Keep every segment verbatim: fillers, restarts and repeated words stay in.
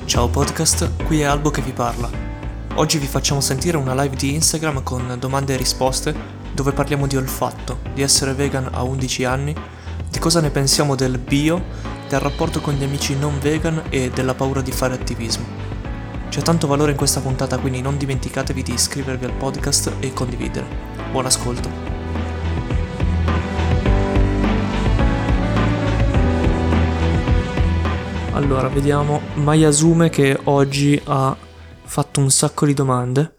Ciao podcast, qui è Albo che vi parla. Oggi vi facciamo sentire una live di Instagram con domande e risposte dove parliamo di olfatto, di essere vegan a undici anni, di cosa ne pensiamo del bio, del rapporto con gli amici non vegan e della paura di fare attivismo. C'è tanto valore in questa puntata, quindi non dimenticatevi di iscrivervi al podcast e condividere. Buon ascolto. Allora, vediamo Mayasume che oggi ha fatto un sacco di domande.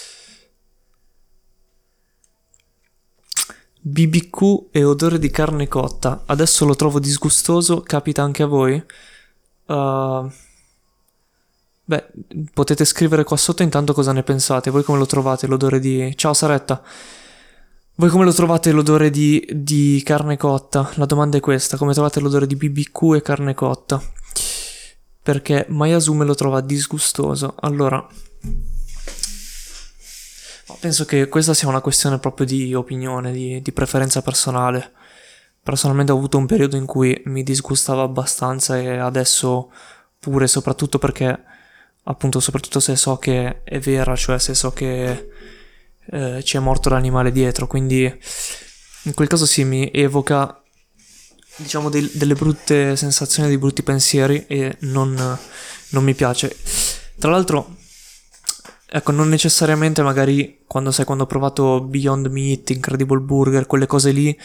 B B Q e odore di carne cotta. Adesso lo trovo disgustoso, capita anche a voi? Uh, beh, potete scrivere qua sotto intanto cosa ne pensate. Voi come lo trovate l'odore di... Ciao Saretta! Voi come lo trovate l'odore di, di carne cotta? La domanda è questa, come trovate l'odore di B B Q e carne cotta? Perché Mayasume lo trova disgustoso. Allora, penso che questa sia una questione proprio di opinione, di, di preferenza personale. Personalmente ho avuto un periodo in cui mi disgustava abbastanza e adesso pure, soprattutto perché, appunto, soprattutto se so che è vera, cioè se so che eh, ci è morto l'animale dietro, quindi in quel caso sì, mi evoca, diciamo, dei, delle brutte sensazioni, dei brutti pensieri e non, non mi piace. Tra l'altro, ecco, non necessariamente magari quando sai quando ho provato Beyond Meat, Incredible Burger, quelle cose lì,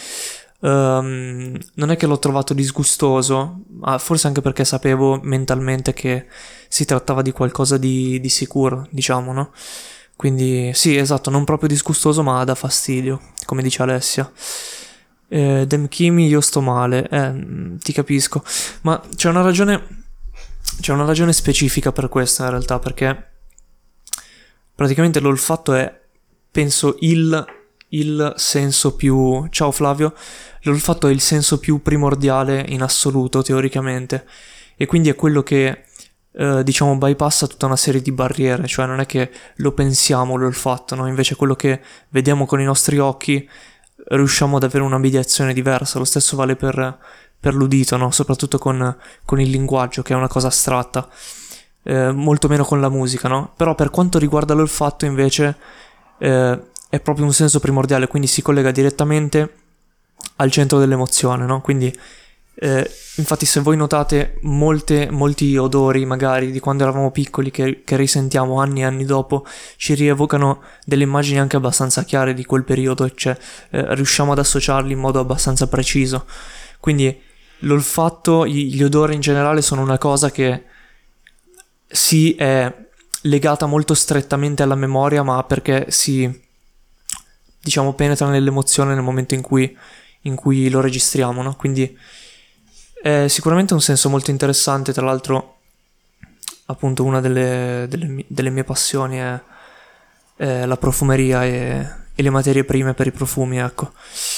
um, non è che l'ho trovato disgustoso, ah, forse anche perché sapevo mentalmente che si trattava di qualcosa di, di sicuro, diciamo, no? Quindi sì, esatto, non proprio disgustoso ma dà fastidio, come dice Alessia. Eh, Demchimi, io sto male, eh, ti capisco, ma c'è una ragione c'è una ragione specifica per questo in realtà, perché praticamente l'olfatto è, penso, il, il senso più... Ciao Flavio, l'olfatto è il senso più primordiale in assoluto teoricamente e quindi è quello che eh, diciamo bypassa tutta una serie di barriere, cioè non è che lo pensiamo l'olfatto, no? Invece quello che vediamo con i nostri occhi riusciamo ad avere una mediazione diversa. Lo stesso vale per, per l'udito, no? Soprattutto con, con il linguaggio, che è una cosa astratta, eh, molto meno con la musica, no? Però per quanto riguarda l'olfatto invece eh, è proprio un senso primordiale, quindi si collega direttamente al centro dell'emozione, no? Quindi eh, infatti se voi notate molte, molti odori magari di quando eravamo piccoli che, che risentiamo anni e anni dopo ci rievocano delle immagini anche abbastanza chiare di quel periodo, cioè eh, riusciamo ad associarli in modo abbastanza preciso. Quindi l'olfatto, gli, gli odori in generale sono una cosa che sì è legata molto strettamente alla memoria, ma perché si, diciamo, penetra nell'emozione nel momento in cui, in cui lo registriamo, no? Quindi è sicuramente un senso molto interessante. Tra l'altro, appunto, una delle, delle, delle mie passioni è, è la profumeria e, e le materie prime per i profumi, ecco.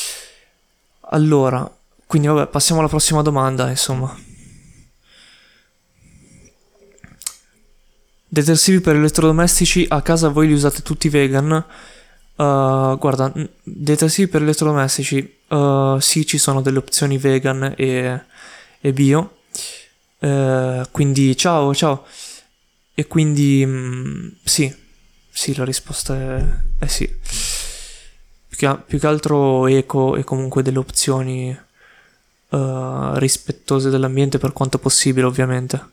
Allora, quindi vabbè, passiamo alla prossima domanda, insomma. Detersivi per elettrodomestici, a casa voi li usate tutti vegan? Uh, guarda, detersivi per elettrodomestici, uh, sì, ci sono delle opzioni vegan e, e bio, uh, quindi ciao, ciao, e quindi mh, sì, sì, la risposta è, è sì, più che, più che altro eco e comunque delle opzioni uh, rispettose dell'ambiente per quanto possibile, ovviamente.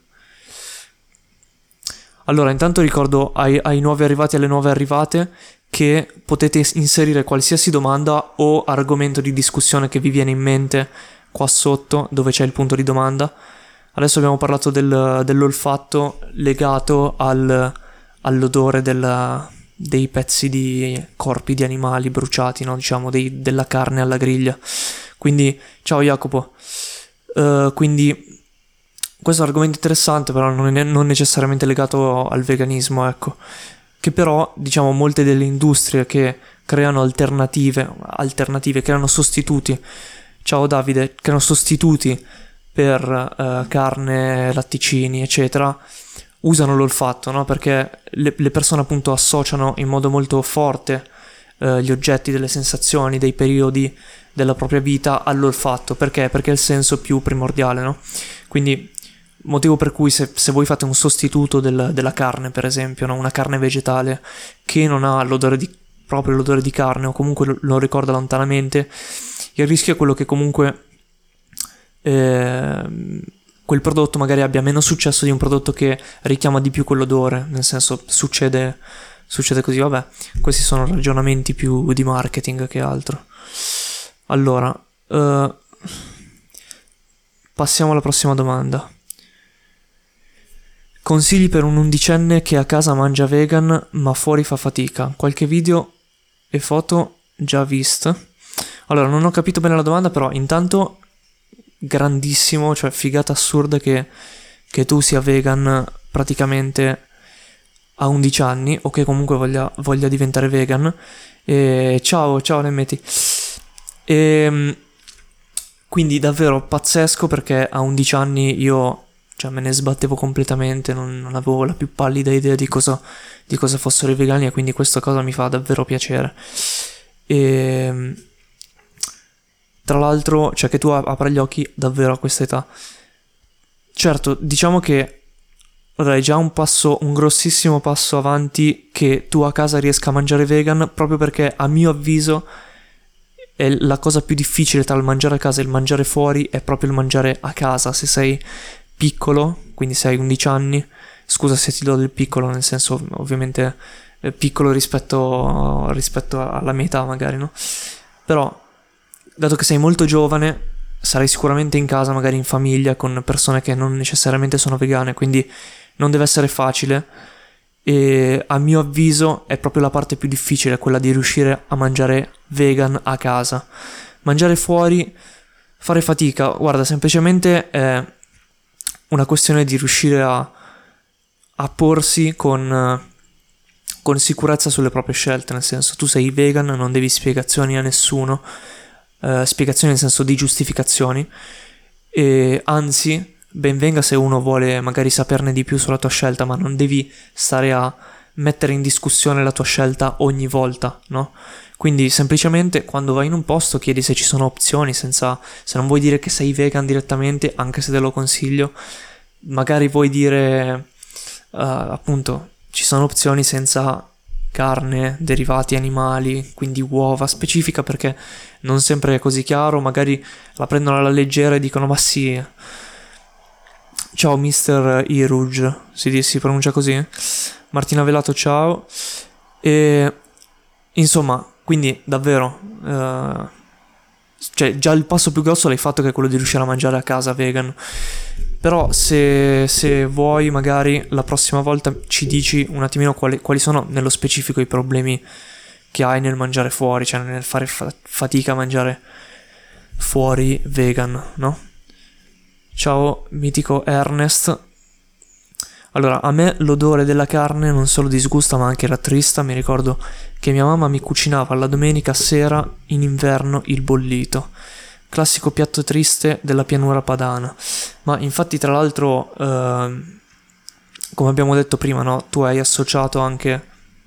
Allora, intanto ricordo ai, ai nuovi arrivati e alle nuove arrivate che potete inserire qualsiasi domanda o argomento di discussione che vi viene in mente qua sotto dove c'è il punto di domanda. Adesso abbiamo parlato del, dell'olfatto legato al, all'odore della, dei pezzi di corpi di animali bruciati, no? Diciamo dei, della carne alla griglia. Quindi ciao Jacopo. Uh, quindi questo è un argomento interessante, però non è non necessariamente legato al veganismo, ecco. Che però, diciamo, molte delle industrie che creano alternative, alternative, creano sostituti, ciao Davide, creano sostituti per uh, carne, latticini, eccetera, usano l'olfatto, no? Perché le, le persone appunto associano in modo molto forte uh, gli oggetti, delle sensazioni, dei periodi della propria vita all'olfatto. Perché? Perché è il senso più primordiale, no? Quindi motivo per cui se, se voi fate un sostituto del- della carne, per esempio, no? Una carne vegetale che non ha l'odore di, proprio l'odore di carne o comunque lo, lo ricorda lontanamente, il rischio è quello che comunque ehm, quel prodotto magari abbia meno successo di un prodotto che richiama di più quell'odore, nel senso succede, succede così, vabbè, questi sono ragionamenti più di marketing che altro. Allora, eh, passiamo alla prossima domanda. Consigli per un undicenne che a casa mangia vegan ma fuori fa fatica. Qualche video e foto già viste. Allora, non ho capito bene la domanda, però intanto grandissimo, cioè figata assurda che, che tu sia vegan praticamente a undici anni o che comunque voglia, voglia diventare vegan. E ciao, ciao Nemmeti. E quindi davvero pazzesco, perché a undici anni io, cioè, me ne sbattevo completamente, non, non avevo la più pallida idea di cosa, di cosa fossero i vegani, e quindi questa cosa mi fa davvero piacere. E tra l'altro, cioè, che tu ap- apra gli occhi davvero a questa età. Certo, diciamo che allora, è già un passo, un grossissimo passo avanti che tu a casa riesca a mangiare vegan, proprio perché a mio avviso è la cosa più difficile tra il mangiare a casa e il mangiare fuori, è proprio il mangiare a casa. Se sei piccolo, quindi se hai undici anni, scusa se ti do del piccolo, nel senso ovviamente eh, piccolo rispetto, rispetto alla mia età magari, no? Però, dato che sei molto giovane, sarai sicuramente in casa, magari in famiglia, con persone che non necessariamente sono vegane, quindi non deve essere facile. E a mio avviso è proprio la parte più difficile, quella di riuscire a mangiare vegan a casa. Mangiare fuori, fare fatica, guarda, semplicemente è una questione di riuscire a, a porsi con, con sicurezza sulle proprie scelte, nel senso, tu sei vegan, non devi spiegazioni a nessuno, eh, spiegazioni nel senso di giustificazioni, e anzi, ben venga se uno vuole magari saperne di più sulla tua scelta, ma non devi stare a mettere in discussione la tua scelta ogni volta, no? Quindi semplicemente quando vai in un posto chiedi se ci sono opzioni, senza, se non vuoi dire che sei vegan direttamente, anche se te lo consiglio, magari vuoi dire uh, appunto ci sono opzioni senza carne, derivati animali, quindi uova, specifica, perché non sempre è così chiaro, magari la prendono alla leggera e dicono ma sì. Ciao mister Iruj, si, si pronuncia così? Martina Velato, ciao. E insomma, quindi davvero, eh, cioè già il passo più grosso l'hai fatto, che è quello di riuscire a mangiare a casa vegan. Però se, se vuoi magari la prossima volta ci dici un attimino quali, quali sono nello specifico i problemi che hai nel mangiare fuori, cioè nel fare fa- fatica a mangiare fuori vegan, no? Ciao mitico Ernest. Allora, a me l'odore della carne non solo disgusta ma anche rattrista. Mi ricordo che mia mamma mi cucinava la domenica sera in inverno il bollito, classico piatto triste della pianura padana. Ma infatti, tra l'altro, eh, come abbiamo detto prima, no, tu hai associato anche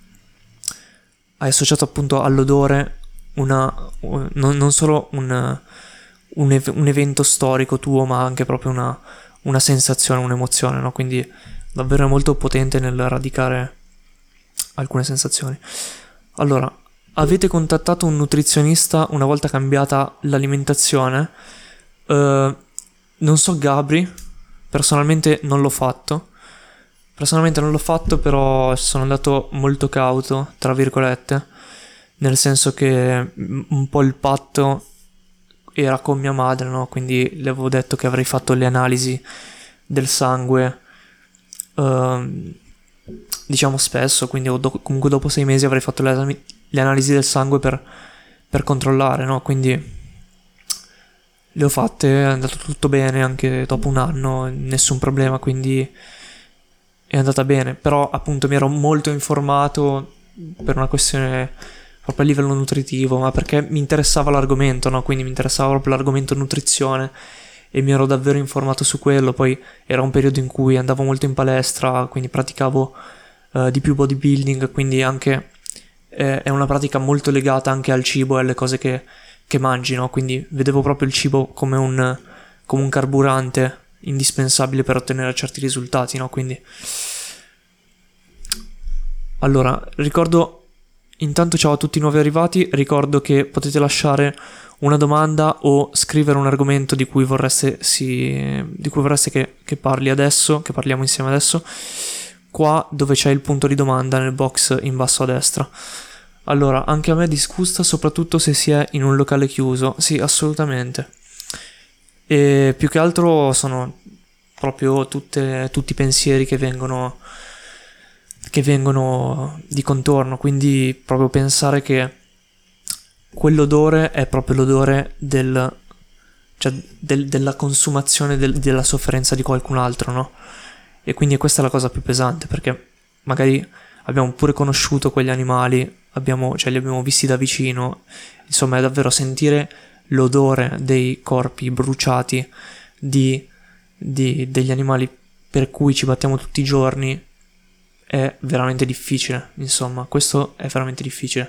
hai associato appunto all'odore una un- non, non solo un, un, ev- un evento storico tuo, ma anche proprio una, una sensazione, un'emozione, no? Quindi davvero è molto potente nel radicare alcune sensazioni. Allora, avete contattato un nutrizionista una volta cambiata l'alimentazione? Eh, non so, Gabri, personalmente non l'ho fatto. Personalmente non l'ho fatto, però sono andato molto cauto, tra virgolette, nel senso che mm, un po' il patto era con mia madre, no? Quindi le avevo detto che avrei fatto le analisi del sangue, ehm, diciamo spesso, quindi o do- comunque dopo sei mesi avrei fatto le, esami- le analisi del sangue per, per controllare, no? Quindi le ho fatte, è andato tutto bene anche dopo un anno, nessun problema, quindi è andata bene. Però appunto mi ero molto informato per una questione proprio a livello nutritivo, ma perché mi interessava l'argomento, no? Quindi mi interessava proprio l'argomento nutrizione e mi ero davvero informato su quello. Poi era un periodo in cui andavo molto in palestra, quindi praticavo eh, di più bodybuilding, quindi anche eh, è una pratica molto legata anche al cibo e alle cose che, che mangi, no? Quindi vedevo proprio il cibo come un, come un carburante indispensabile per ottenere certi risultati, no? Quindi allora, ricordo intanto ciao a tutti i nuovi arrivati, ricordo che potete lasciare una domanda o scrivere un argomento di cui vorreste, si, di cui vorreste che, che parli adesso, che parliamo insieme adesso, qua dove c'è il punto di domanda nel box in basso a destra. Allora, anche a me disgusta, soprattutto se si è in un locale chiuso. Sì, assolutamente. E più che altro sono proprio tutte, tutti i pensieri che vengono che vengono di contorno, quindi proprio pensare che quell'odore è proprio l'odore del, cioè del, della consumazione del, della sofferenza di qualcun altro, no? E quindi questa è la cosa più pesante, perché magari abbiamo pure conosciuto quegli animali, abbiamo, cioè li abbiamo visti da vicino, insomma è davvero sentire l'odore dei corpi bruciati di, di, degli animali per cui ci battiamo tutti i giorni è veramente difficile, insomma, questo è veramente difficile.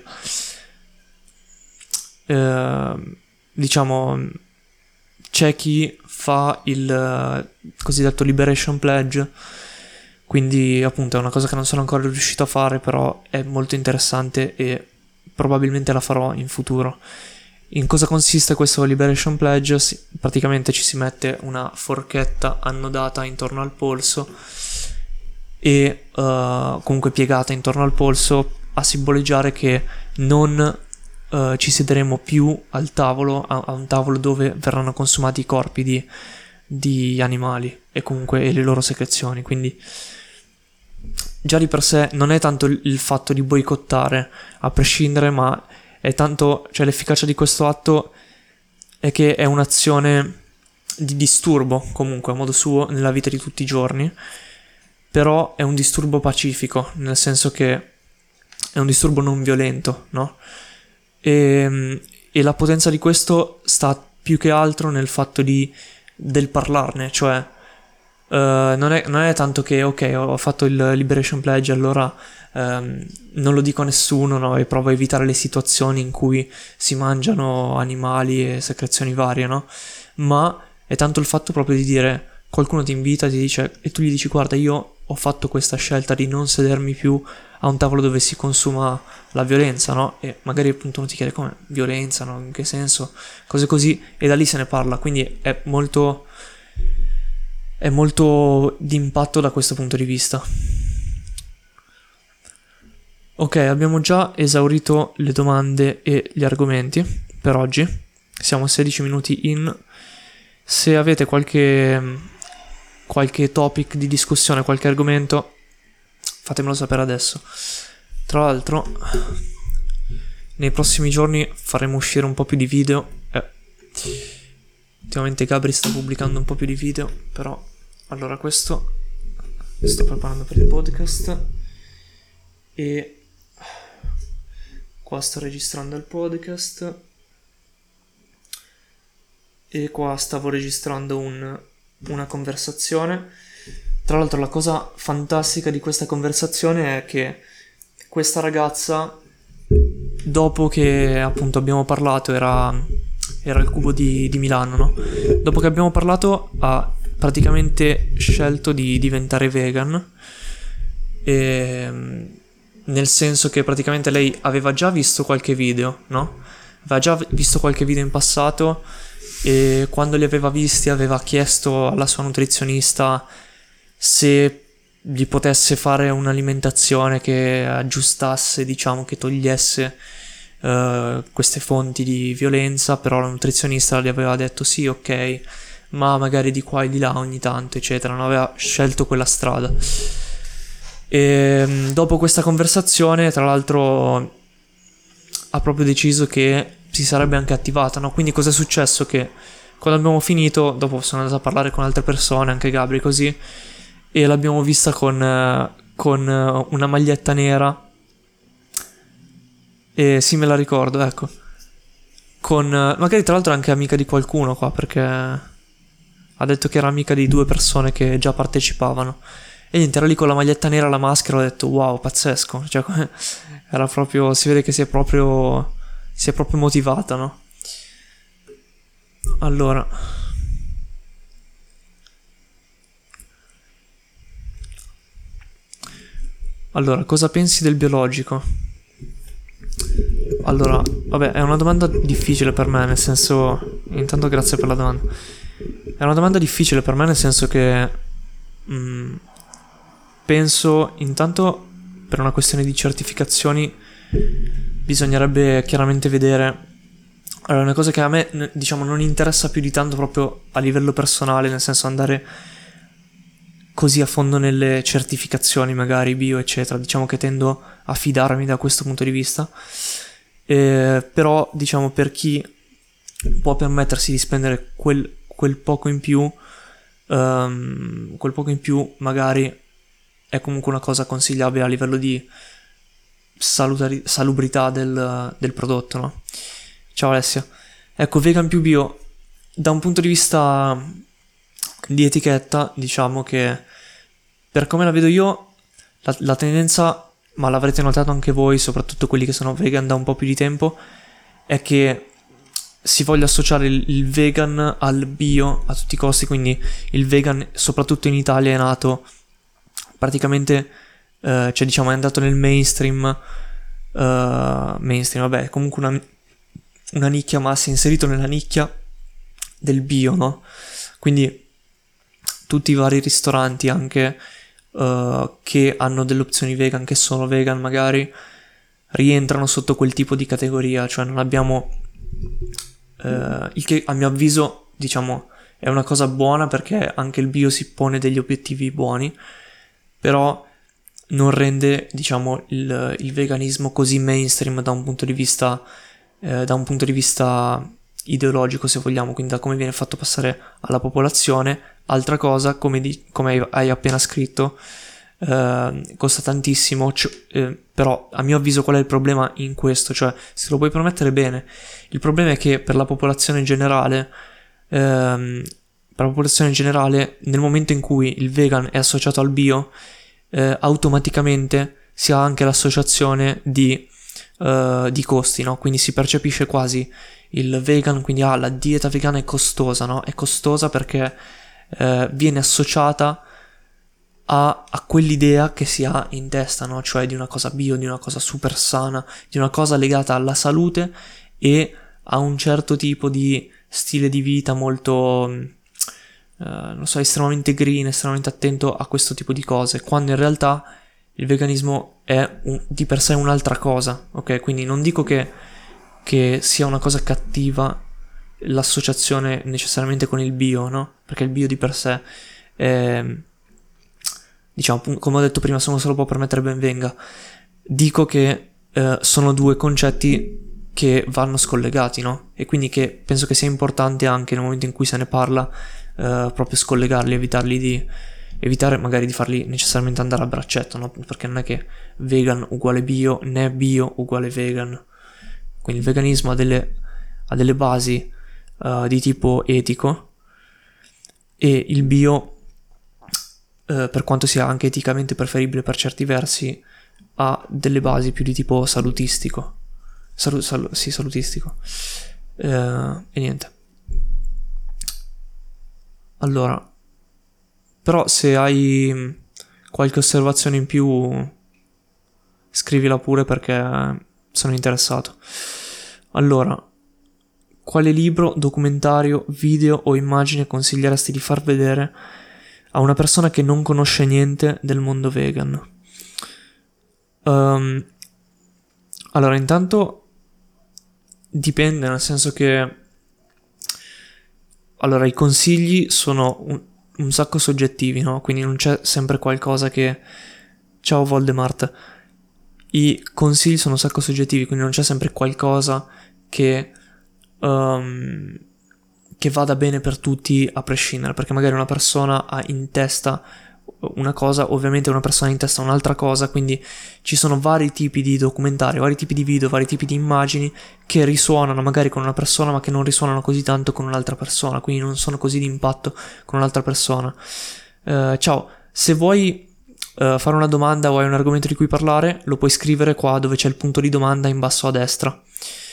Eh, diciamo, c'è chi fa il eh, cosiddetto Liberation Pledge, quindi appunto è una cosa che non sono ancora riuscito a fare, però è molto interessante e probabilmente la farò in futuro. In cosa consiste questo Liberation Pledge? Si, praticamente ci si mette una forchetta annodata intorno al polso e uh, comunque piegata intorno al polso a simboleggiare che non uh, ci siederemo più al tavolo, a, a un tavolo dove verranno consumati i corpi di, di animali e comunque le loro secrezioni. Quindi già di per sé non è tanto il, il fatto di boicottare a prescindere, ma è tanto, cioè l'efficacia di questo atto è che è un'azione di disturbo comunque a modo suo nella vita di tutti i giorni, però è un disturbo pacifico, nel senso che è un disturbo non violento, no? E, e la potenza di questo sta più che altro nel fatto di, del parlarne, cioè uh, non, è, non è tanto che ok, ho fatto il Liberation Pledge, allora um, non lo dico a nessuno, no? E provo a evitare le situazioni in cui si mangiano animali e secrezioni varie, no? Ma è tanto il fatto proprio di dire, qualcuno ti invita, ti dice, e tu gli dici guarda, io ho fatto questa scelta di non sedermi più a un tavolo dove si consuma la violenza, no? E magari appunto uno ti chiede come violenza, no? In che senso? Cose così, e da lì se ne parla, quindi è molto è molto d'impatto da questo punto di vista. Ok, abbiamo già esaurito le domande e gli argomenti per oggi, siamo sedici minuti in. Se avete qualche qualche topic di discussione, qualche argomento, fatemelo sapere adesso. Tra l'altro nei prossimi giorni faremo uscire un po' più di video, eh. ultimamente Gabri sta pubblicando un po' più di video, però allora questo sto preparando per il podcast e qua sto registrando il podcast e qua stavo registrando un una conversazione. Tra l'altro la cosa fantastica di questa conversazione è che questa ragazza, dopo che appunto abbiamo parlato, era, era il Cubo di, di Milano, no? Dopo che abbiamo parlato ha praticamente scelto di diventare vegan, e, nel senso che praticamente lei aveva già visto qualche video, no? Aveva già visto qualche video in passato e quando li aveva visti aveva chiesto alla sua nutrizionista se gli potesse fare un'alimentazione che aggiustasse, diciamo, che togliesse uh, queste fonti di violenza, però la nutrizionista gli aveva detto sì, ok, ma magari di qua e di là ogni tanto, eccetera, non aveva scelto quella strada. E dopo questa conversazione, tra l'altro, ha proprio deciso che si sarebbe anche attivata, no? Quindi cosa è successo? Che quando abbiamo finito, dopo sono andato a parlare con altre persone, anche Gabri così, e l'abbiamo vista con, eh, con eh, una maglietta nera, e sì, me la ricordo, ecco, con eh, magari tra l'altro anche amica di qualcuno qua, perché ha detto che era amica di due persone che già partecipavano, e niente, era lì con la maglietta nera, la maschera, ho detto wow, pazzesco, cioè era proprio, si vede che si è proprio si è proprio motivata, no? Allora Allora, cosa pensi del biologico? Allora, vabbè, è una domanda difficile per me, nel senso... Intanto grazie per la domanda. È una domanda difficile per me, nel senso che... mh, penso, intanto, per una questione di certificazioni, bisognerebbe chiaramente vedere... Allora, una cosa che a me, n- diciamo, non interessa più di tanto proprio a livello personale, nel senso andare così a fondo nelle certificazioni, magari bio, eccetera. Diciamo che tendo a fidarmi da questo punto di vista. Eh, però, diciamo, per chi può permettersi di spendere quel, quel poco in più, ehm, quel poco in più magari è comunque una cosa consigliabile a livello di salutari- salubrità del, del prodotto, no? Ciao Alessia. Ecco, vegan più bio, da un punto di vista di etichetta, diciamo che per come la vedo io, la, la tendenza, ma l'avrete notato anche voi, soprattutto quelli che sono vegan da un po' più di tempo, è che si voglia associare il, il vegan al bio a tutti i costi, quindi il vegan, soprattutto in Italia, è nato praticamente, eh, cioè diciamo è andato nel mainstream, eh, mainstream, vabbè, comunque una, una nicchia, ma si è inserito nella nicchia del bio, no? Quindi tutti i vari ristoranti anche uh, che hanno delle opzioni vegan, che sono vegan magari, rientrano sotto quel tipo di categoria, cioè non abbiamo... Uh, il che a mio avviso, diciamo, è una cosa buona perché anche il bio si pone degli obiettivi buoni, però non rende, diciamo, il, il veganismo così mainstream da un punto di vista, eh, da un punto di vista ideologico, se vogliamo, quindi da come viene fatto passare alla popolazione. Altra cosa, come, di, come hai appena scritto, eh, costa tantissimo, c- eh, però a mio avviso qual è il problema in questo? Cioè, se lo puoi permettere bene, il problema è che per la popolazione in generale, ehm, per la popolazione in generale, nel momento in cui il vegan è associato al bio, eh, automaticamente si ha anche l'associazione di, eh, di costi, no? Quindi si percepisce quasi il vegan, quindi ah, la dieta vegana è costosa, no? È costosa perché eh, viene associata a, a quell'idea che si ha in testa, no? Cioè di una cosa bio, di una cosa super sana, di una cosa legata alla salute e a un certo tipo di stile di vita molto, eh, non so, estremamente green, estremamente attento a questo tipo di cose, quando in realtà il veganismo è un, di per sé un'altra cosa, ok? Quindi non dico che, che sia una cosa cattiva l'associazione necessariamente con il bio, no? Perché il bio di per sé è, diciamo, come ho detto prima, se uno se lo può permettere ben venga. Dico che eh, sono due concetti che vanno scollegati, no? E quindi che penso che sia importante anche nel momento in cui se ne parla eh, proprio scollegarli, evitarli di evitare magari di farli necessariamente andare a braccetto, no? Perché non è che vegan uguale bio, né bio uguale vegan. Quindi il veganismo ha delle, ha delle basi uh, di tipo etico e il bio, uh, per quanto sia anche eticamente preferibile per certi versi, ha delle basi più di tipo salutistico. Salu- sal- sì, salutistico. Uh, e niente. Allora, però se hai qualche osservazione in più, scrivila pure perché sono interessato. Allora, quale libro, documentario, video o immagine consiglieresti di far vedere a una persona che non conosce niente del mondo vegan? Um, allora, intanto dipende, nel senso che allora i consigli sono un, un sacco soggettivi, no? Quindi non c'è sempre qualcosa che... Ciao Voldemort. I consigli sono un sacco soggettivi, quindi non c'è sempre qualcosa che, um, che vada bene per tutti a prescindere, perché magari una persona ha in testa una cosa, ovviamente una persona ha in testa un'altra cosa, quindi ci sono vari tipi di documentari, vari tipi di video, vari tipi di immagini che risuonano magari con una persona ma che non risuonano così tanto con un'altra persona, quindi non sono così di impatto con un'altra persona. Uh, ciao, se vuoi Uh, fare una domanda o hai un argomento di cui parlare, lo puoi scrivere qua dove c'è il punto di domanda in basso a destra.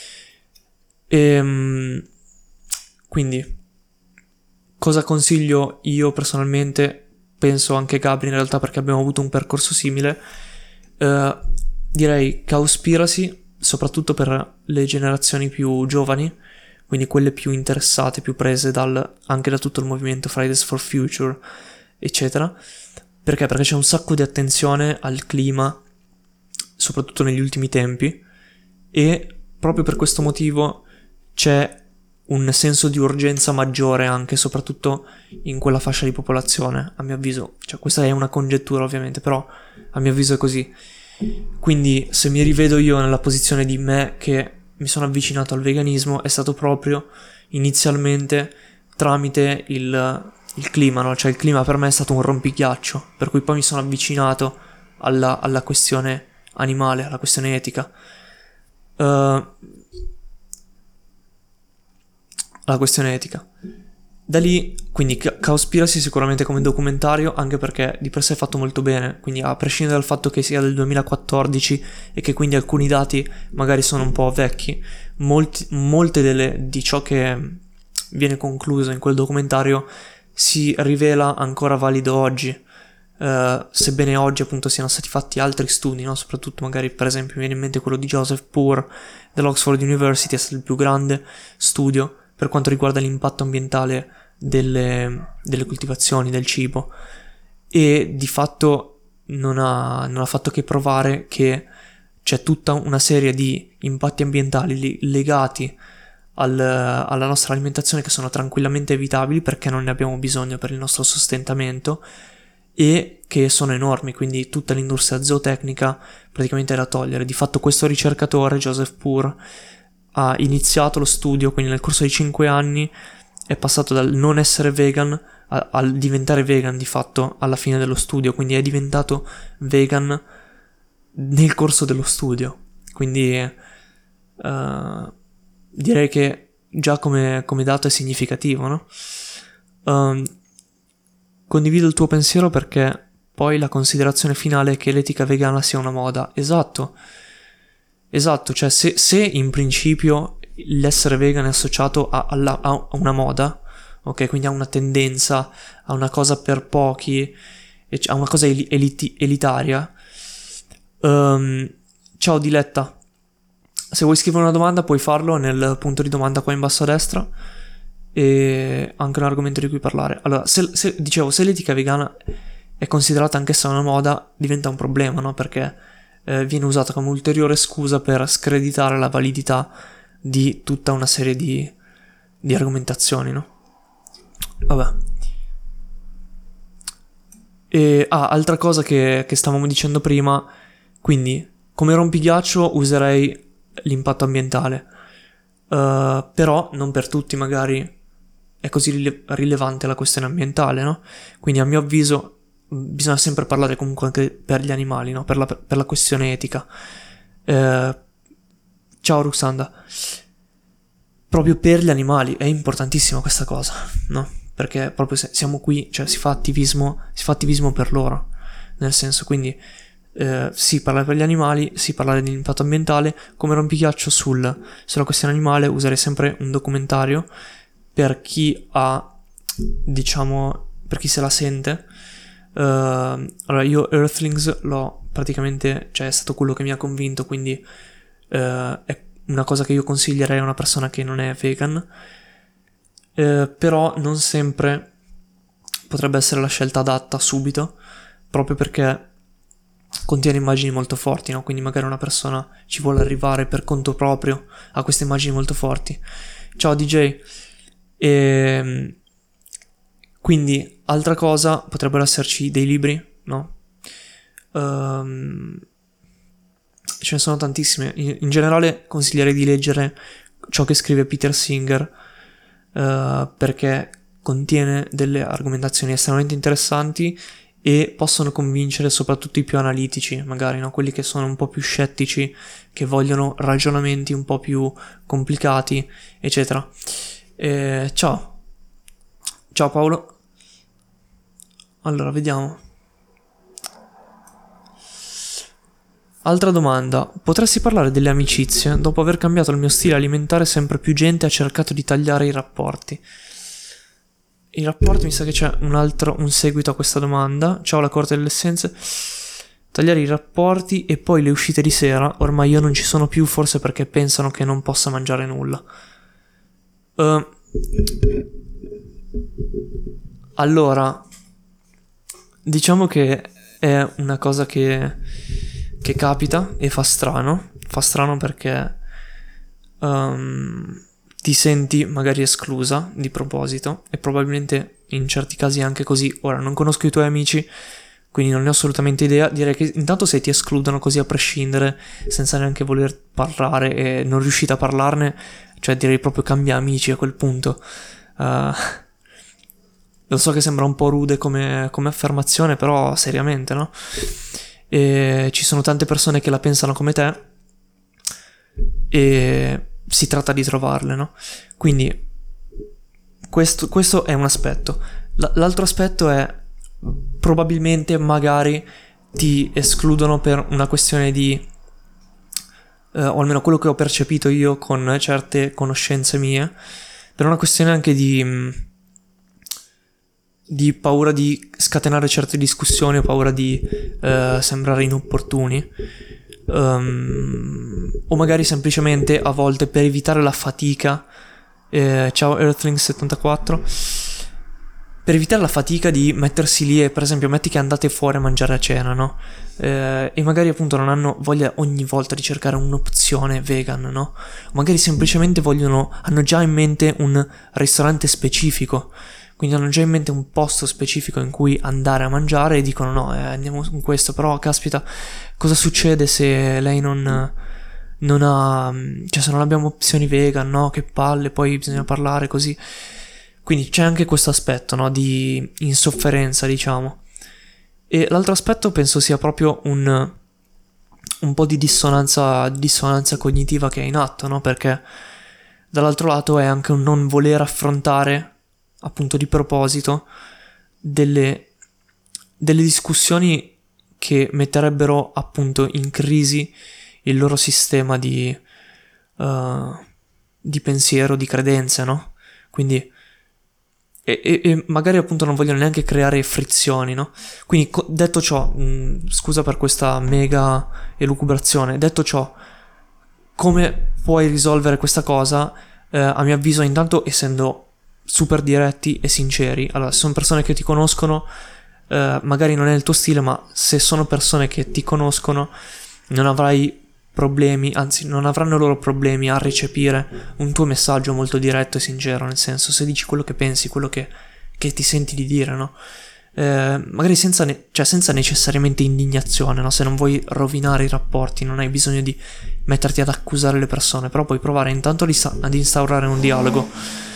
Ehm, quindi, cosa consiglio io personalmente, penso anche Gabri in realtà perché abbiamo avuto un percorso simile, Uh, direi Cowspiracy, soprattutto per le generazioni più giovani, quindi quelle più interessate, più prese dal, anche da tutto il movimento Fridays for Future, eccetera. Perché? Perché c'è un sacco di attenzione al clima, soprattutto negli ultimi tempi, e proprio per questo motivo c'è un senso di urgenza maggiore anche, soprattutto in quella fascia di popolazione, a mio avviso. Cioè, questa è una congettura ovviamente, però a mio avviso è così. Quindi se mi rivedo io nella posizione di me che mi sono avvicinato al veganismo, è stato proprio inizialmente tramite il, il clima, no? Cioè il clima per me è stato un rompighiaccio, per cui poi mi sono avvicinato alla, alla questione animale, alla questione etica. Uh, alla questione etica. Da lì, quindi, Cowspiracy sicuramente come documentario, anche perché di per sé è fatto molto bene, quindi a prescindere dal fatto che sia del duemilaquattordici e che quindi alcuni dati magari sono un po' vecchi, molti, molte delle, di ciò che viene concluso in quel documentario si rivela ancora valido oggi, uh, sebbene oggi appunto siano stati fatti altri studi, no? Soprattutto magari per esempio mi viene in mente quello di Joseph Poore dell'Oxford University, è stato il più grande studio per quanto riguarda l'impatto ambientale delle, delle coltivazioni, del cibo, e di fatto non ha, non ha fatto che provare che c'è tutta una serie di impatti ambientali legati al, alla nostra alimentazione che sono tranquillamente evitabili perché non ne abbiamo bisogno per il nostro sostentamento e che sono enormi, quindi tutta l'industria zootecnica praticamente è da togliere. Di fatto questo ricercatore, Joseph Poore, ha iniziato lo studio, quindi nel corso di cinque anni è passato dal non essere vegan al diventare vegan di fatto alla fine dello studio, quindi è diventato vegan nel corso dello studio, quindi uh, direi che già come, come dato è significativo, no? Um, condivido il tuo pensiero perché poi la considerazione finale è che l'etica vegana sia una moda. Esatto. Esatto, cioè se, se in principio l'essere vegan è associato a, alla, a una moda, ok, quindi a una tendenza, a una cosa per pochi, a una cosa eliti, elitaria, um, ciao Diletta, se vuoi scrivere una domanda puoi farlo nel punto di domanda qua in basso a destra, e anche un argomento di cui parlare. Allora, se, se dicevo, se l'etica vegana è considerata anch'essa una moda, diventa un problema, no? Perché Eh, viene usata come ulteriore scusa per screditare la validità di tutta una serie di, di argomentazioni, no? Vabbè. E, ah, altra cosa che, che stavamo dicendo prima, quindi come rompighiaccio userei l'impatto ambientale, uh, però non per tutti magari è così rile- rilevante la questione ambientale, no? Quindi a mio avviso bisogna sempre parlare comunque anche per gli animali, no? Per la, per la questione etica. Eh, ciao Ruxanda. Proprio per gli animali è importantissima questa cosa, no? Perché proprio se siamo qui, cioè si fa attivismo, si fa attivismo per loro, nel senso, quindi eh, sì, parlare per gli animali, sì, parlare dell'impatto ambientale. Come rompighiaccio sul, sulla questione animale userei sempre un documentario per chi ha, diciamo, per chi se la sente. Uh, allora io Earthlings l'ho praticamente, cioè è stato quello che mi ha convinto, quindi uh, è una cosa che io consiglierei a una persona che non è vegan, uh, però non sempre potrebbe essere la scelta adatta subito, proprio perché contiene immagini molto forti, no? Quindi magari una persona ci vuole arrivare per conto proprio a queste immagini molto forti. Ciao D J. E quindi altra cosa, potrebbero esserci dei libri, no? Um, ce ne sono tantissime. In, in generale consiglierei di leggere ciò che scrive Peter Singer, uh, perché contiene delle argomentazioni estremamente interessanti e possono convincere soprattutto i più analitici, magari, no? Quelli che sono un po' più scettici, che vogliono ragionamenti un po' più complicati, eccetera. E, ciao. Ciao Paolo. Allora, vediamo. Altra domanda. Potresti parlare delle amicizie? Dopo aver cambiato il mio stile alimentare, sempre più gente ha cercato di tagliare i rapporti. I rapporti, mi sa che c'è un altro, un seguito a questa domanda. Ciao la corte delle essenze. tagliare i rapporti e poi le uscite di sera, ormai io non ci sono più, forse perché pensano che non possa mangiare nulla. Uh, allora, diciamo che è una cosa che, che capita e fa strano, fa strano perché um, ti senti magari esclusa di proposito, e probabilmente in certi casi è anche così. Ora, non conosco i tuoi amici, quindi non ne ho assolutamente idea. Direi che intanto se ti escludono così a prescindere, senza neanche voler parlare e non riuscite a parlarne, cioè direi proprio cambia amici a quel punto. Uh, lo so che sembra un po' rude come, come affermazione, però seriamente, no? E ci sono tante persone che la pensano come te e si tratta di trovarle, no? Quindi questo, questo è un aspetto. L- l'altro aspetto è probabilmente magari ti escludono per una questione di eh, o almeno quello che ho percepito io con certe conoscenze mie, per una questione anche di mh, di paura di scatenare certe discussioni, o paura di eh, sembrare inopportuni, um, o magari semplicemente a volte per evitare la fatica. Eh, ciao Earthling settantaquattro. Per evitare la fatica di mettersi lì e, per esempio, metti che andate fuori a mangiare a cena, no? Eh, e magari appunto non hanno voglia ogni volta di cercare un'opzione vegan, no? Magari semplicemente vogliono, hanno già in mente un ristorante specifico, quindi hanno già in mente un posto specifico in cui andare a mangiare e dicono no, eh, andiamo in questo, però caspita, cosa succede se lei non, non ha, cioè se non abbiamo opzioni vegan, no? Che palle, poi bisogna parlare così. Quindi c'è anche questo aspetto, no, di insofferenza, diciamo. E l'altro aspetto penso sia proprio un, un po' di dissonanza, dissonanza cognitiva che è in atto, no? Perché dall'altro lato è anche un non voler affrontare, appunto di proposito, delle, delle discussioni che metterebbero appunto in crisi il loro sistema di, uh, di pensiero, di credenze, no? Quindi E, e, e magari appunto non vogliono neanche creare frizioni, no? Quindi co- detto ciò, mh, scusa per questa mega elucubrazione, detto ciò, come puoi risolvere questa cosa? Eh, a mio avviso, intanto essendo super diretti e sinceri. Allora, se sono persone che ti conoscono, eh, magari non è il tuo stile, ma se sono persone che ti conoscono, non avrai problemi, anzi non avranno loro problemi a recepire un tuo messaggio molto diretto e sincero, nel senso, se dici quello che pensi, quello che, che ti senti di dire, no? Eh, magari senza, ne- cioè senza necessariamente indignazione, no? Se non vuoi rovinare i rapporti, non hai bisogno di metterti ad accusare le persone, però puoi provare intanto ad insta- ad instaurare un dialogo.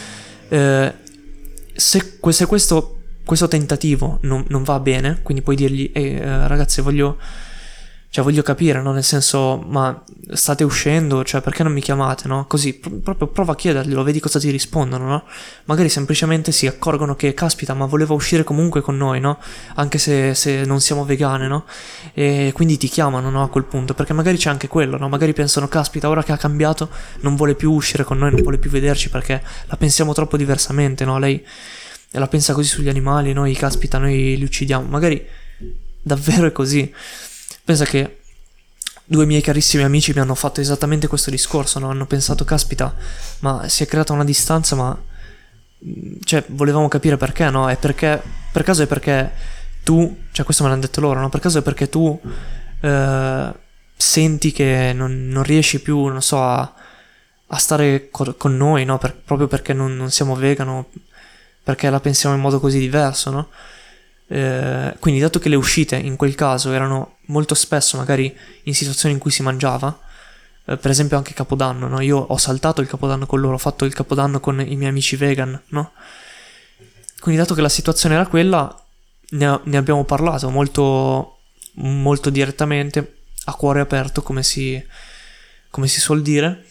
Eh, se, se questo, questo tentativo non, non va bene, quindi puoi dirgli ehi eh, ragazzi, voglio Cioè voglio capire, no? Nel senso, ma state uscendo? Cioè perché non mi chiamate, no? Così, pr- proprio prova a chiederglielo, vedi cosa ti rispondono, no? Magari semplicemente si accorgono che, caspita, ma voleva uscire comunque con noi, no? Anche se, se non siamo vegane, no? E quindi ti chiamano, no? A quel punto, perché magari c'è anche quello, no? Magari pensano, caspita, ora che ha cambiato non vuole più uscire con noi, non vuole più vederci perché la pensiamo troppo diversamente, no? Lei la pensa così sugli animali, noi, caspita, noi li uccidiamo. Magari davvero è così. Pensa che due miei carissimi amici mi hanno fatto esattamente questo discorso, no? Hanno pensato, caspita, ma si è creata una distanza, ma cioè volevamo capire perché, no? E perché, per caso è perché tu, cioè questo me l'hanno detto loro, no? Per caso è perché tu eh, senti che non, non riesci più, non so, a, a stare co- con noi, no? Per, proprio perché non, non siamo vegano, perché la pensiamo in modo così diverso, no? Eh, quindi dato che le uscite in quel caso erano molto spesso magari in situazioni in cui si mangiava, eh, per esempio anche Capodanno, no? Io ho saltato il Capodanno con loro, ho fatto il Capodanno con i miei amici vegan, no? Quindi dato che la situazione era quella, ne, ne abbiamo parlato molto, molto direttamente, a cuore aperto, come si, come si suol dire,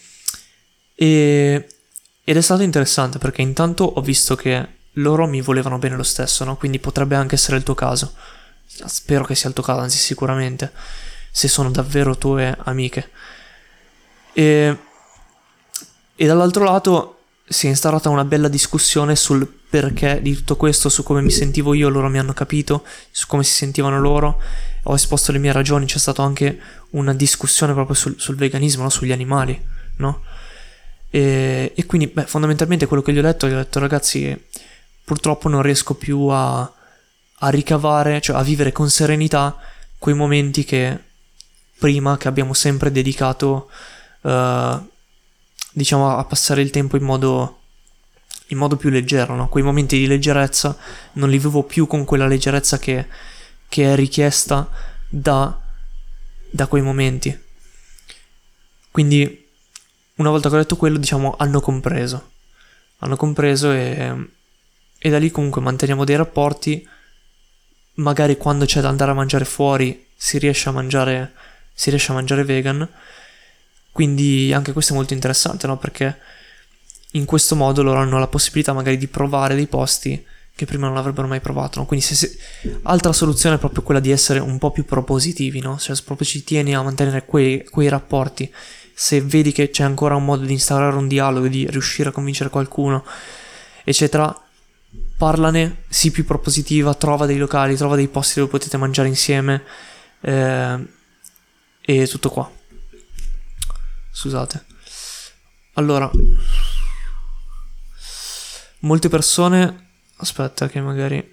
e, ed è stato interessante perché intanto ho visto che loro mi volevano bene lo stesso, no? Quindi potrebbe anche essere il tuo caso. Spero che sia il tuo caso, anzi sicuramente, se sono davvero tue amiche. E, e dall'altro lato si è instaurata una bella discussione sul perché di tutto questo, su come mi sentivo io, loro mi hanno capito, su come si sentivano loro, ho esposto le mie ragioni, c'è stata anche una discussione proprio sul, sul veganismo, no? Sugli animali, no? E, e quindi, beh, fondamentalmente quello che gli ho detto, gli ho detto ragazzi, purtroppo non riesco più a, a ricavare, cioè a vivere con serenità quei momenti che prima, che abbiamo sempre dedicato, uh, diciamo, a passare il tempo in modo in modo più leggero, no? Quei momenti di leggerezza non li vivo più con quella leggerezza che, che è richiesta da, da quei momenti. Quindi, una volta che ho detto quello, diciamo, hanno compreso. Hanno compreso e, e da lì comunque manteniamo dei rapporti. Magari quando c'è da andare a mangiare fuori si riesce a mangiare, si riesce a mangiare vegan. Quindi anche questo è molto interessante, no? Perché in questo modo loro hanno la possibilità magari di provare dei posti che prima non avrebbero mai provato, no? Quindi se, se... altra soluzione è proprio quella di essere un po' più propositivi, no? Cioè se proprio ci tieni a mantenere quei, quei rapporti, se vedi che c'è ancora un modo di instaurare un dialogo, di riuscire a convincere qualcuno, eccetera, parlane, sii più propositiva, trova dei locali, trova dei posti dove potete mangiare insieme, eh, e tutto qua. Scusate. Allora, molte persone, aspetta che magari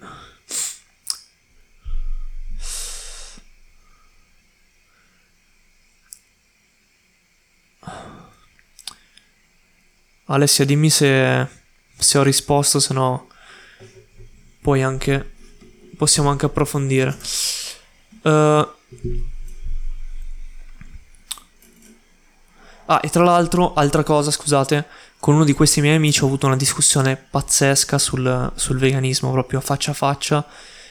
Alessia, dimmi se, se ho risposto, se no poi anche possiamo anche approfondire. Uh, ah, e tra l'altro, altra cosa, scusate, con uno di questi miei amici ho avuto una discussione pazzesca sul, sul veganismo, proprio faccia a faccia,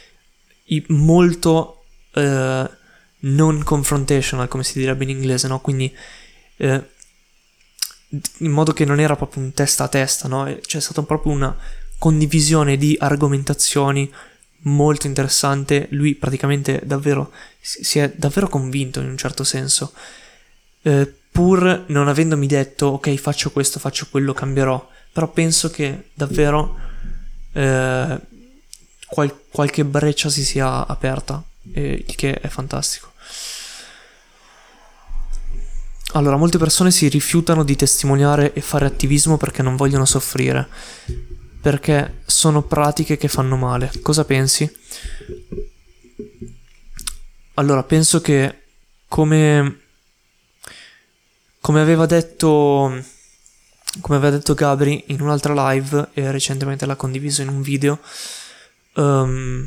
molto eh, non confrontational, come si direbbe in inglese, no? Quindi eh, in modo che non era proprio un testa a testa, no? C'è stata proprio una condivisione di argomentazioni molto interessante. Lui praticamente davvero si è davvero convinto in un certo senso, eh, pur non avendomi detto ok, faccio questo, faccio quello, cambierò, però penso che davvero eh, qual- qualche breccia si sia aperta, eh, il che è fantastico. Allora, molte persone si rifiutano di testimoniare e fare attivismo perché non vogliono soffrire, perché sono pratiche che fanno male. Cosa pensi? Allora, penso che come come aveva detto come aveva detto Gabri in un'altra live, e recentemente l'ha condiviso in un video, um,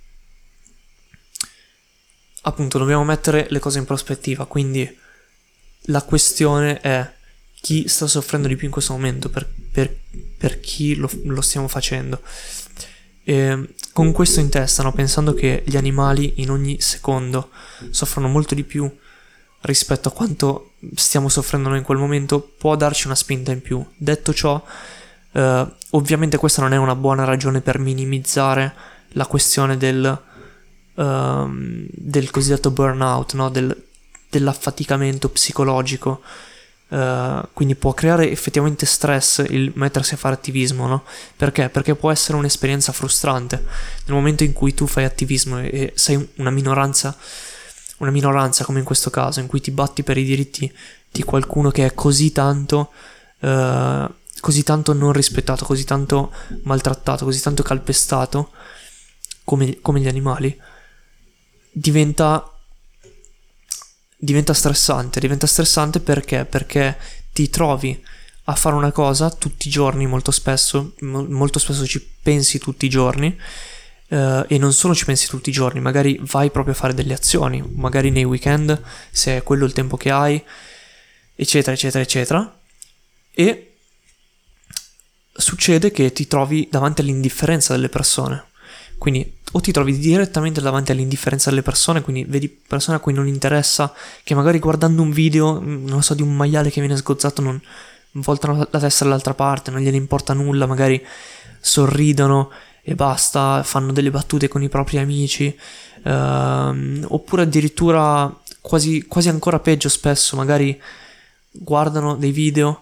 appunto dobbiamo mettere le cose in prospettiva. Quindi la questione è chi sta soffrendo di più in questo momento, per, per, per chi lo, lo stiamo facendo. E con questo in testa, no, pensando che gli animali in ogni secondo soffrono molto di più rispetto a quanto stiamo soffrendo noi in quel momento, può darci una spinta in più. Detto ciò, eh, ovviamente questa non è una buona ragione per minimizzare la questione del, uh, del cosiddetto burnout, no? del, dell'affaticamento psicologico. Uh, quindi può creare effettivamente stress il mettersi a fare attivismo, no? Perché? Perché può essere un'esperienza frustrante nel momento in cui tu fai attivismo e, e sei una minoranza una minoranza, come in questo caso, in cui ti batti per i diritti di qualcuno che è così tanto uh, così tanto non rispettato, così tanto maltrattato, così tanto calpestato come, come gli animali. Diventa diventa stressante, diventa stressante perché? Perché ti trovi a fare una cosa tutti i giorni, molto spesso, mo- molto spesso ci pensi tutti i giorni, eh, e non solo ci pensi tutti i giorni, magari vai proprio a fare delle azioni, magari nei weekend, se è quello il tempo che hai, eccetera, eccetera, eccetera, e succede che ti trovi davanti all'indifferenza delle persone. Quindi o ti trovi direttamente davanti all'indifferenza delle persone, quindi vedi persone a cui non interessa, che magari guardando un video, non so, di un maiale che viene sgozzato non voltano la testa dall'altra parte, non gliene importa nulla, magari sorridono e basta, fanno delle battute con i propri amici, ehm, oppure addirittura quasi, quasi ancora peggio spesso, magari guardano dei video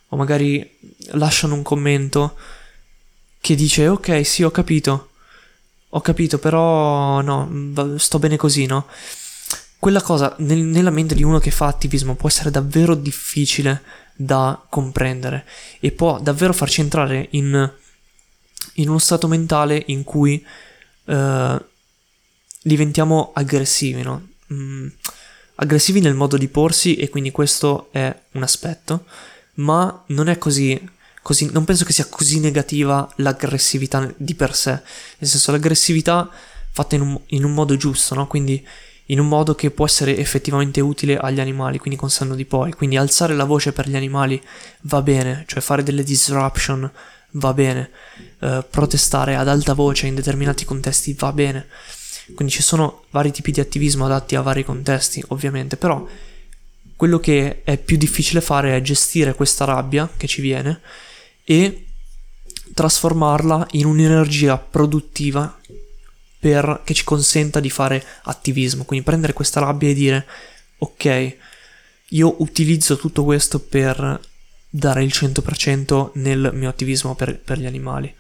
o magari lasciano un commento che dice ok, sì, ho capito, ho capito, però no, sto bene così, no? Quella cosa nel, nella mente di uno che fa attivismo può essere davvero difficile da comprendere e può davvero farci entrare in, in uno stato mentale in cui eh, diventiamo aggressivi, no? Mm, aggressivi nel modo di porsi, e quindi questo è un aspetto, ma non è così, così, non penso che sia così negativa l'aggressività di per sé, nel senso l'aggressività fatta in un, in un modo giusto, no? Quindi in un modo che può essere effettivamente utile agli animali, quindi con senno di poi, quindi alzare la voce per gli animali va bene, cioè fare delle disruption va bene, eh, protestare ad alta voce in determinati contesti va bene, quindi ci sono vari tipi di attivismo adatti a vari contesti, ovviamente, però quello che è più difficile fare è gestire questa rabbia che ci viene e trasformarla in un'energia produttiva per, che ci consenta di fare attivismo, quindi prendere questa rabbia e dire ok, io utilizzo tutto questo per dare il cento per cento nel mio attivismo per, per gli animali.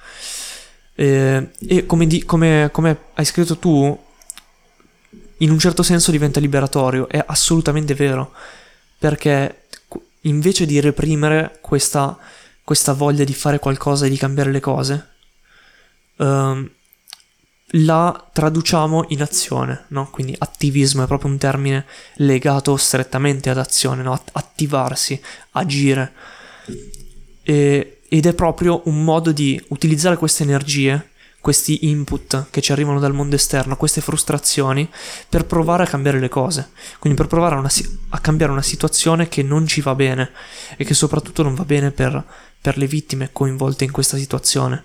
Eh, e come, di, come, come hai scritto tu, in un certo senso diventa liberatorio, è assolutamente vero, perché invece di reprimere questa, questa voglia di fare qualcosa e di cambiare le cose, ehm, la traduciamo in azione, no? Quindi attivismo è proprio un termine legato strettamente ad azione, no? Attivarsi, agire, e, ed è proprio un modo di utilizzare queste energie, questi input che ci arrivano dal mondo esterno, queste frustrazioni, per provare a cambiare le cose, quindi per provare a, una, a cambiare una situazione che non ci va bene e che soprattutto non va bene per, per le vittime coinvolte in questa situazione.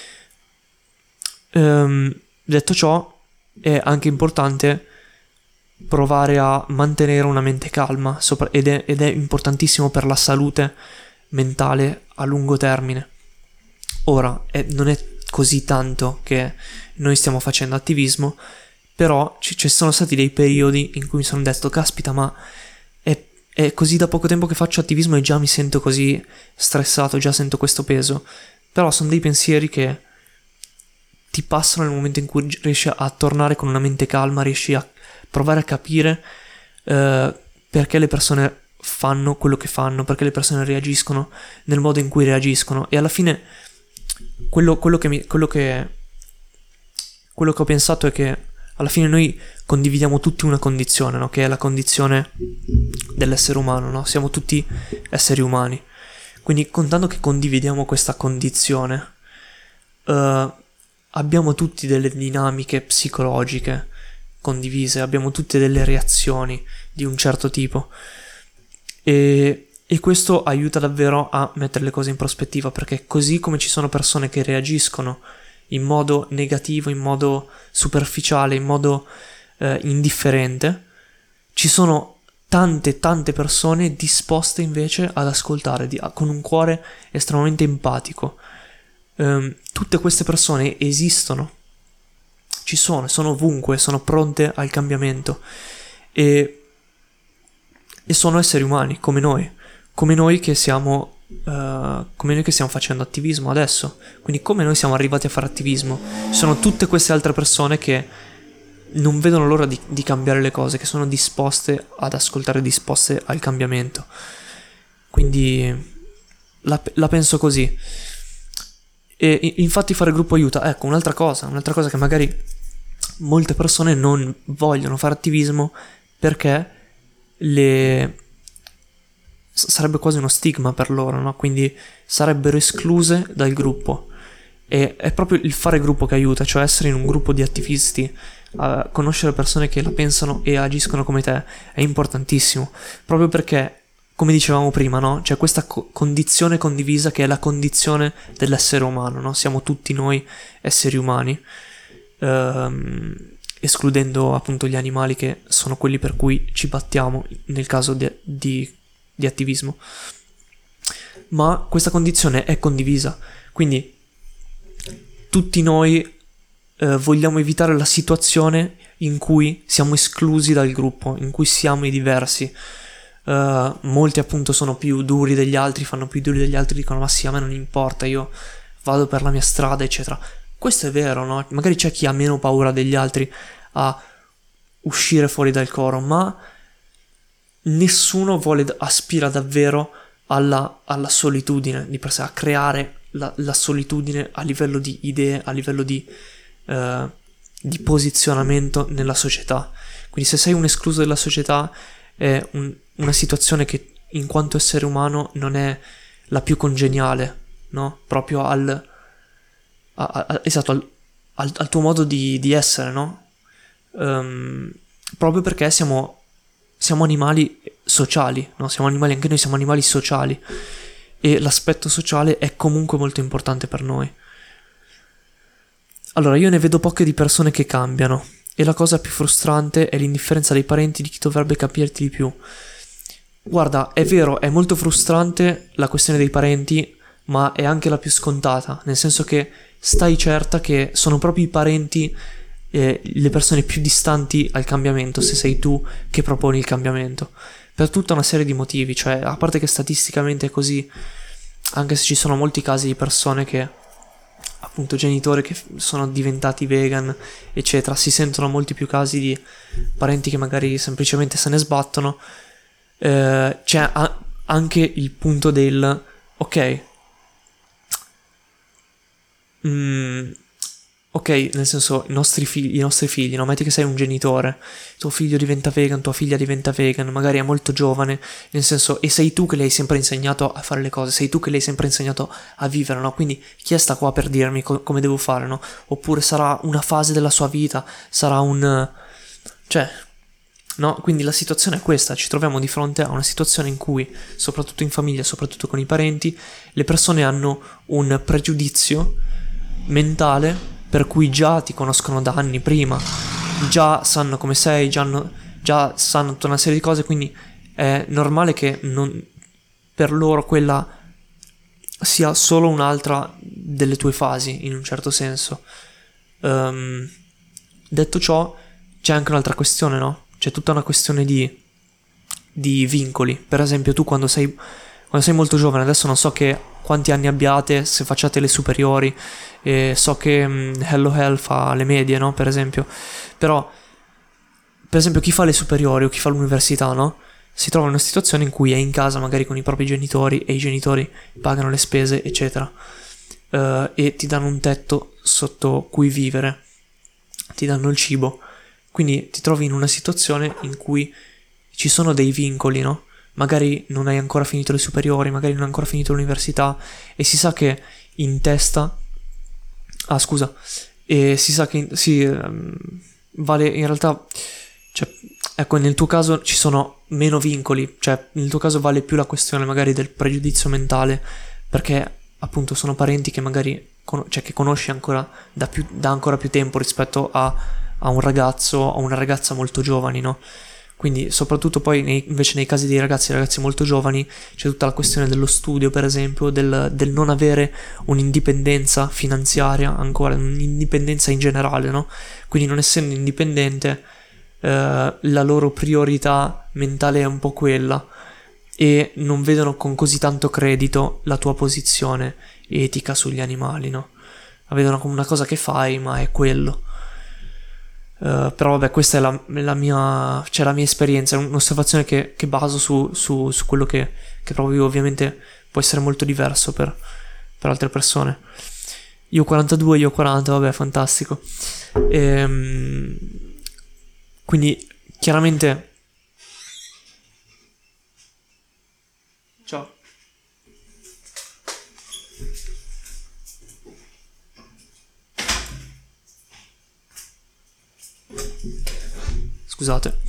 Ehm, detto ciò, è anche importante provare a mantenere una mente calma, sopra, ed, è, ed è importantissimo per la salute mentale a lungo termine. Ora, è, non è così tanto che noi stiamo facendo attivismo, però ci, ci sono stati dei periodi in cui mi sono detto caspita, ma è, è così da poco tempo che faccio attivismo e già mi sento così stressato, già sento questo peso. Però sono dei pensieri che ti passano nel momento in cui riesci a tornare con una mente calma, riesci a provare a capire eh, perché le persone fanno quello che fanno, perché le persone reagiscono nel modo in cui reagiscono, e alla fine quello, quello, che, mi, quello, che, quello che ho pensato è che alla fine noi condividiamo tutti una condizione, no? Che è la condizione dell'essere umano, no? Siamo tutti esseri umani, quindi contando che condividiamo questa condizione, uh, abbiamo tutti delle dinamiche psicologiche condivise, abbiamo tutte delle reazioni di un certo tipo, e, e questo aiuta davvero a mettere le cose in prospettiva, perché così come ci sono persone che reagiscono in modo negativo, in modo superficiale, in modo eh, indifferente, ci sono tante tante persone disposte invece ad ascoltare, di, con un cuore estremamente empatico. Um, tutte queste persone esistono, ci sono, sono ovunque, sono pronte al cambiamento, e, e sono esseri umani come noi, come noi che siamo uh, come noi che stiamo facendo attivismo adesso, quindi come noi siamo arrivati a fare attivismo. Ci sono tutte queste altre persone che non vedono l'ora di, di cambiare le cose, che sono disposte ad ascoltare, disposte al cambiamento, quindi la, la penso così. E infatti fare gruppo aiuta. Ecco, un'altra cosa, un'altra cosa che magari molte persone non vogliono fare attivismo perché le sarebbe quasi uno stigma per loro, no? Quindi sarebbero escluse dal gruppo. E è proprio il fare gruppo che aiuta, cioè essere in un gruppo di attivisti, a conoscere persone che la pensano e agiscono come te, è importantissimo, proprio perché, come dicevamo prima, no? C'è questa co- condizione condivisa che è la condizione dell'essere umano, no? Siamo tutti noi esseri umani, ehm, escludendo appunto gli animali, che sono quelli per cui ci battiamo nel caso di, di, di attivismo. Ma questa condizione è condivisa, quindi tutti noi eh, vogliamo evitare la situazione in cui siamo esclusi dal gruppo, in cui siamo i diversi. Uh, molti appunto sono più duri degli altri, fanno più duri degli altri, dicono ma sì, a me non importa, io vado per la mia strada, eccetera. Questo è vero, no? Magari c'è chi ha meno paura degli altri a uscire fuori dal coro, ma nessuno vuole, aspira davvero alla, alla solitudine di per sé, a creare la, la solitudine a livello di idee, a livello di, uh, di posizionamento nella società. Quindi se sei un escluso della società è un, una situazione che in quanto essere umano non è la più congeniale, no? Proprio al, a, a, esatto, al, al, al tuo modo di, di essere, no? Um, proprio perché siamo, siamo animali sociali, no? Siamo animali, anche noi siamo animali sociali e l'aspetto sociale è comunque molto importante per noi. Allora, io ne vedo poche di persone che cambiano. E la cosa più frustrante è l'indifferenza dei parenti di chi dovrebbe capirti di più. Guarda, è vero, è molto frustrante la questione dei parenti, ma è anche la più scontata, nel senso che stai certa che sono proprio i parenti eh, le persone più distanti al cambiamento, se sei tu che proponi il cambiamento, per tutta una serie di motivi, cioè a parte che statisticamente è così, anche se ci sono molti casi di persone che appunto genitori che sono diventati vegan eccetera, si sentono molti più casi di parenti che magari semplicemente se ne sbattono. Eh, c'è a- anche il punto del ok mm, ok, nel senso i nostri figli, i nostri figli, no? Metti che sei un genitore, tuo figlio diventa vegan, tua figlia diventa vegan, magari è molto giovane, nel senso, e sei tu che le hai sempre insegnato a fare le cose, sei tu che le hai sempre insegnato a vivere, no? Quindi chi è sta qua per dirmi co- come devo fare, no? Oppure sarà una fase della sua vita, sarà un... cioè... no? Quindi la situazione è questa, ci troviamo di fronte a una situazione in cui, soprattutto in famiglia, soprattutto con i parenti, le persone hanno un pregiudizio mentale per cui già ti conoscono da anni prima, già sanno come sei, già, hanno, già sanno tutta una serie di cose, quindi è normale che non, per loro quella sia solo un'altra delle tue fasi, in un certo senso. Um, detto ciò, c'è anche un'altra questione, no? C'è tutta una questione di, di vincoli. Per esempio, tu quando sei, quando sei molto giovane, adesso non so che quanti anni abbiate, se facciate le superiori, e so che um, Hello Hell fa le medie, no? Per esempio, però, per esempio, chi fa le superiori o chi fa l'università, no? Si trova in una situazione in cui è in casa magari con i propri genitori e i genitori pagano le spese, eccetera, uh, e ti danno un tetto sotto cui vivere, ti danno il cibo. Quindi ti trovi in una situazione in cui ci sono dei vincoli, no? Magari non hai ancora finito le superiori, magari non hai ancora finito l'università e si sa che in testa... Ah, scusa. E si sa che... Sì, um, vale in realtà... Cioè, ecco, nel tuo caso ci sono meno vincoli, cioè nel tuo caso vale più la questione magari del pregiudizio mentale, perché appunto sono parenti che magari... Con- cioè che conosci ancora da, più, da ancora più tempo rispetto a... a un ragazzo o una ragazza molto giovani, no? Quindi soprattutto poi nei, invece nei casi dei ragazzi e ragazzi molto giovani c'è tutta la questione dello studio, per esempio, del, del non avere un'indipendenza finanziaria ancora, un'indipendenza in generale, no? Quindi non essendo indipendente eh, la loro priorità mentale è un po' quella e non vedono con così tanto credito la tua posizione etica sugli animali, no? La vedono come una cosa che fai, ma è quello. Uh, però vabbè, questa è la, la mia, cioè la mia esperienza, è un'osservazione che, che baso su, su, su quello che, che provo io. Ovviamente può essere molto diverso per, per altre persone. Io ho quarantadue, io ho quaranta, vabbè, fantastico. Ehm, quindi chiaramente... Ciao. Scusate.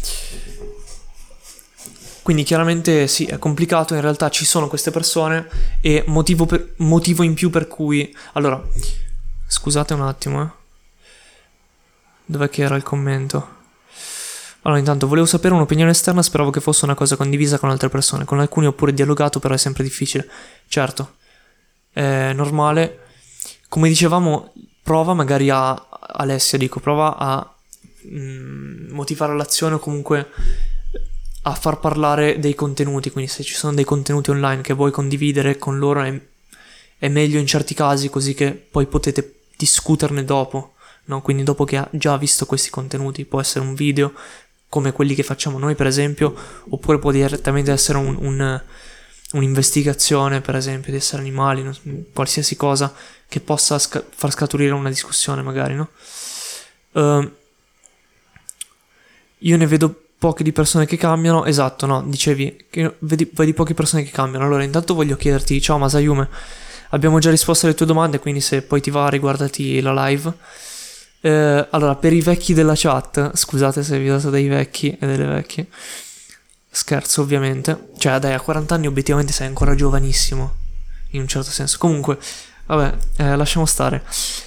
Quindi chiaramente sì, è complicato, in realtà ci sono queste persone e motivo, per, motivo in più per cui... Allora, scusate un attimo, eh. Dov'è che era il commento? Allora, intanto volevo sapere un'opinione esterna, speravo che fosse una cosa condivisa con altre persone, con alcuni ho pure dialogato, però è sempre difficile. Certo, è normale. Come dicevamo, prova magari a... Alessia, dico, prova a mh, motivare l'azione o comunque a far parlare dei contenuti, quindi se ci sono dei contenuti online che vuoi condividere con loro è, è meglio in certi casi, così che poi potete discuterne dopo, no? Quindi dopo che ha già visto questi contenuti, può essere un video come quelli che facciamo noi per esempio, oppure può direttamente essere un, un, un'investigazione per esempio di esseri animali, no? Qualsiasi cosa che possa sca- far scaturire una discussione magari, no? Uh, io ne vedo poche di persone che cambiano, esatto, no, dicevi che vedi, vedi poche persone che cambiano. Allora intanto voglio chiederti, ciao Masayume, abbiamo già risposto alle tue domande, quindi se poi ti va riguardati la live. Eh, allora, per i vecchi della chat, scusate se vi ho dato dei vecchi e delle vecchie, scherzo ovviamente, cioè dai, a quaranta anni obiettivamente sei ancora giovanissimo, in un certo senso. Comunque, vabbè, eh, lasciamo stare.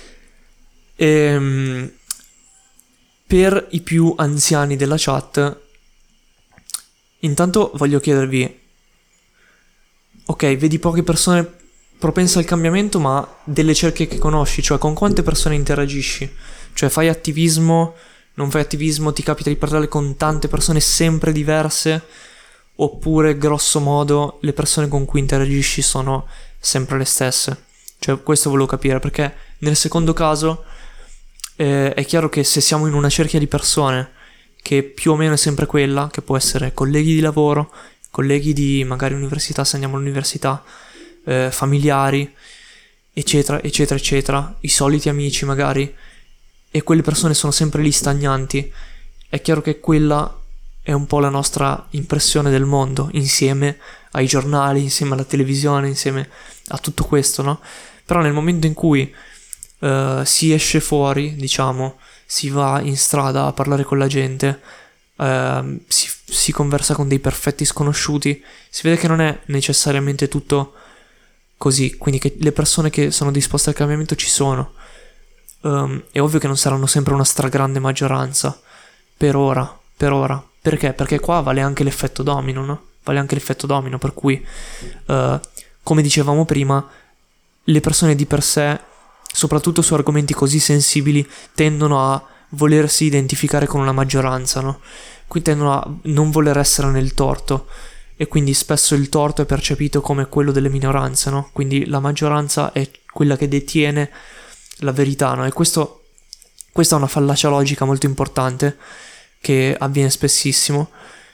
Ehm, per i più anziani della chat, intanto voglio chiedervi, ok, vedi poche persone propense al cambiamento, ma delle cerchie che conosci, cioè con quante persone interagisci? Cioè fai attivismo, non fai attivismo, ti capita di parlare con tante persone sempre diverse, oppure grosso modo le persone con cui interagisci sono sempre le stesse? Cioè questo volevo capire, perché nel secondo caso eh, è chiaro che se siamo in una cerchia di persone che più o meno è sempre quella, che può essere colleghi di lavoro, colleghi di magari università se andiamo all'università, eh, familiari, eccetera, eccetera, eccetera, i soliti amici magari, e quelle persone sono sempre lì stagnanti, è chiaro che quella è un po' la nostra impressione del mondo, insieme ai giornali, insieme alla televisione, insieme a tutto questo, no? Però nel momento in cui uh, si esce fuori, diciamo, si va in strada a parlare con la gente, uh, si, si conversa con dei perfetti sconosciuti, si vede che non è necessariamente tutto così, quindi che le persone che sono disposte al cambiamento ci sono. Um, è ovvio che non saranno sempre una stragrande maggioranza, per ora, per ora. Perché? Perché qua vale anche l'effetto domino, no? Vale anche l'effetto domino, per cui, uh, come dicevamo prima, le persone di per sé, soprattutto su argomenti così sensibili, tendono a volersi identificare con una maggioranza, no? Quindi tendono a non voler essere nel torto, e quindi spesso il torto è percepito come quello delle minoranze, no? Quindi la maggioranza è quella che detiene la verità, no? E questo, questa è una fallacia logica molto importante che avviene spessissimo,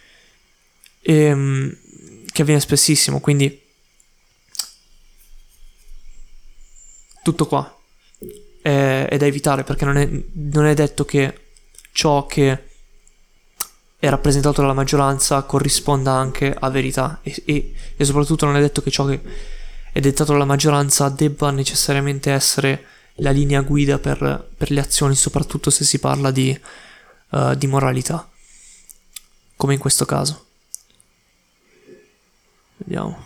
e, che avviene spessissimo, quindi tutto qua è, è da evitare, perché non è, non è detto che ciò che è rappresentato dalla maggioranza corrisponda anche a verità, e, e, e soprattutto non è detto che ciò che è dettato dalla maggioranza debba necessariamente essere la linea guida per, per le azioni, soprattutto se si parla di, uh, di moralità, come in questo caso. Vediamo.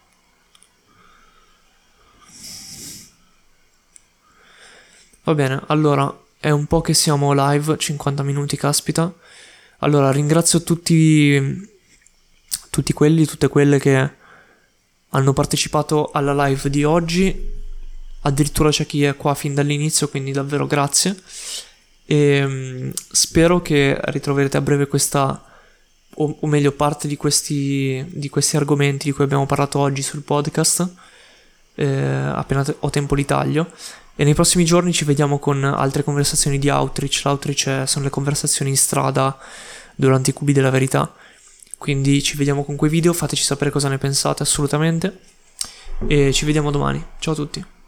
Va bene, allora è un po' che siamo live, cinquanta minuti, caspita. Allora ringrazio tutti tutti quelli, tutte quelle che hanno partecipato alla live di oggi. Addirittura c'è chi è qua fin dall'inizio, quindi davvero grazie. E um, spero che ritroverete a breve questa, o, o meglio parte di questi, di questi argomenti di cui abbiamo parlato oggi sul podcast, eh, appena te- ho tempo li taglio. E nei prossimi giorni ci vediamo con altre conversazioni di outreach. L'outreach è, sono le conversazioni in strada durante i cubi della verità. Quindi ci vediamo con quei video, fateci sapere cosa ne pensate assolutamente. E ci vediamo domani. Ciao a tutti.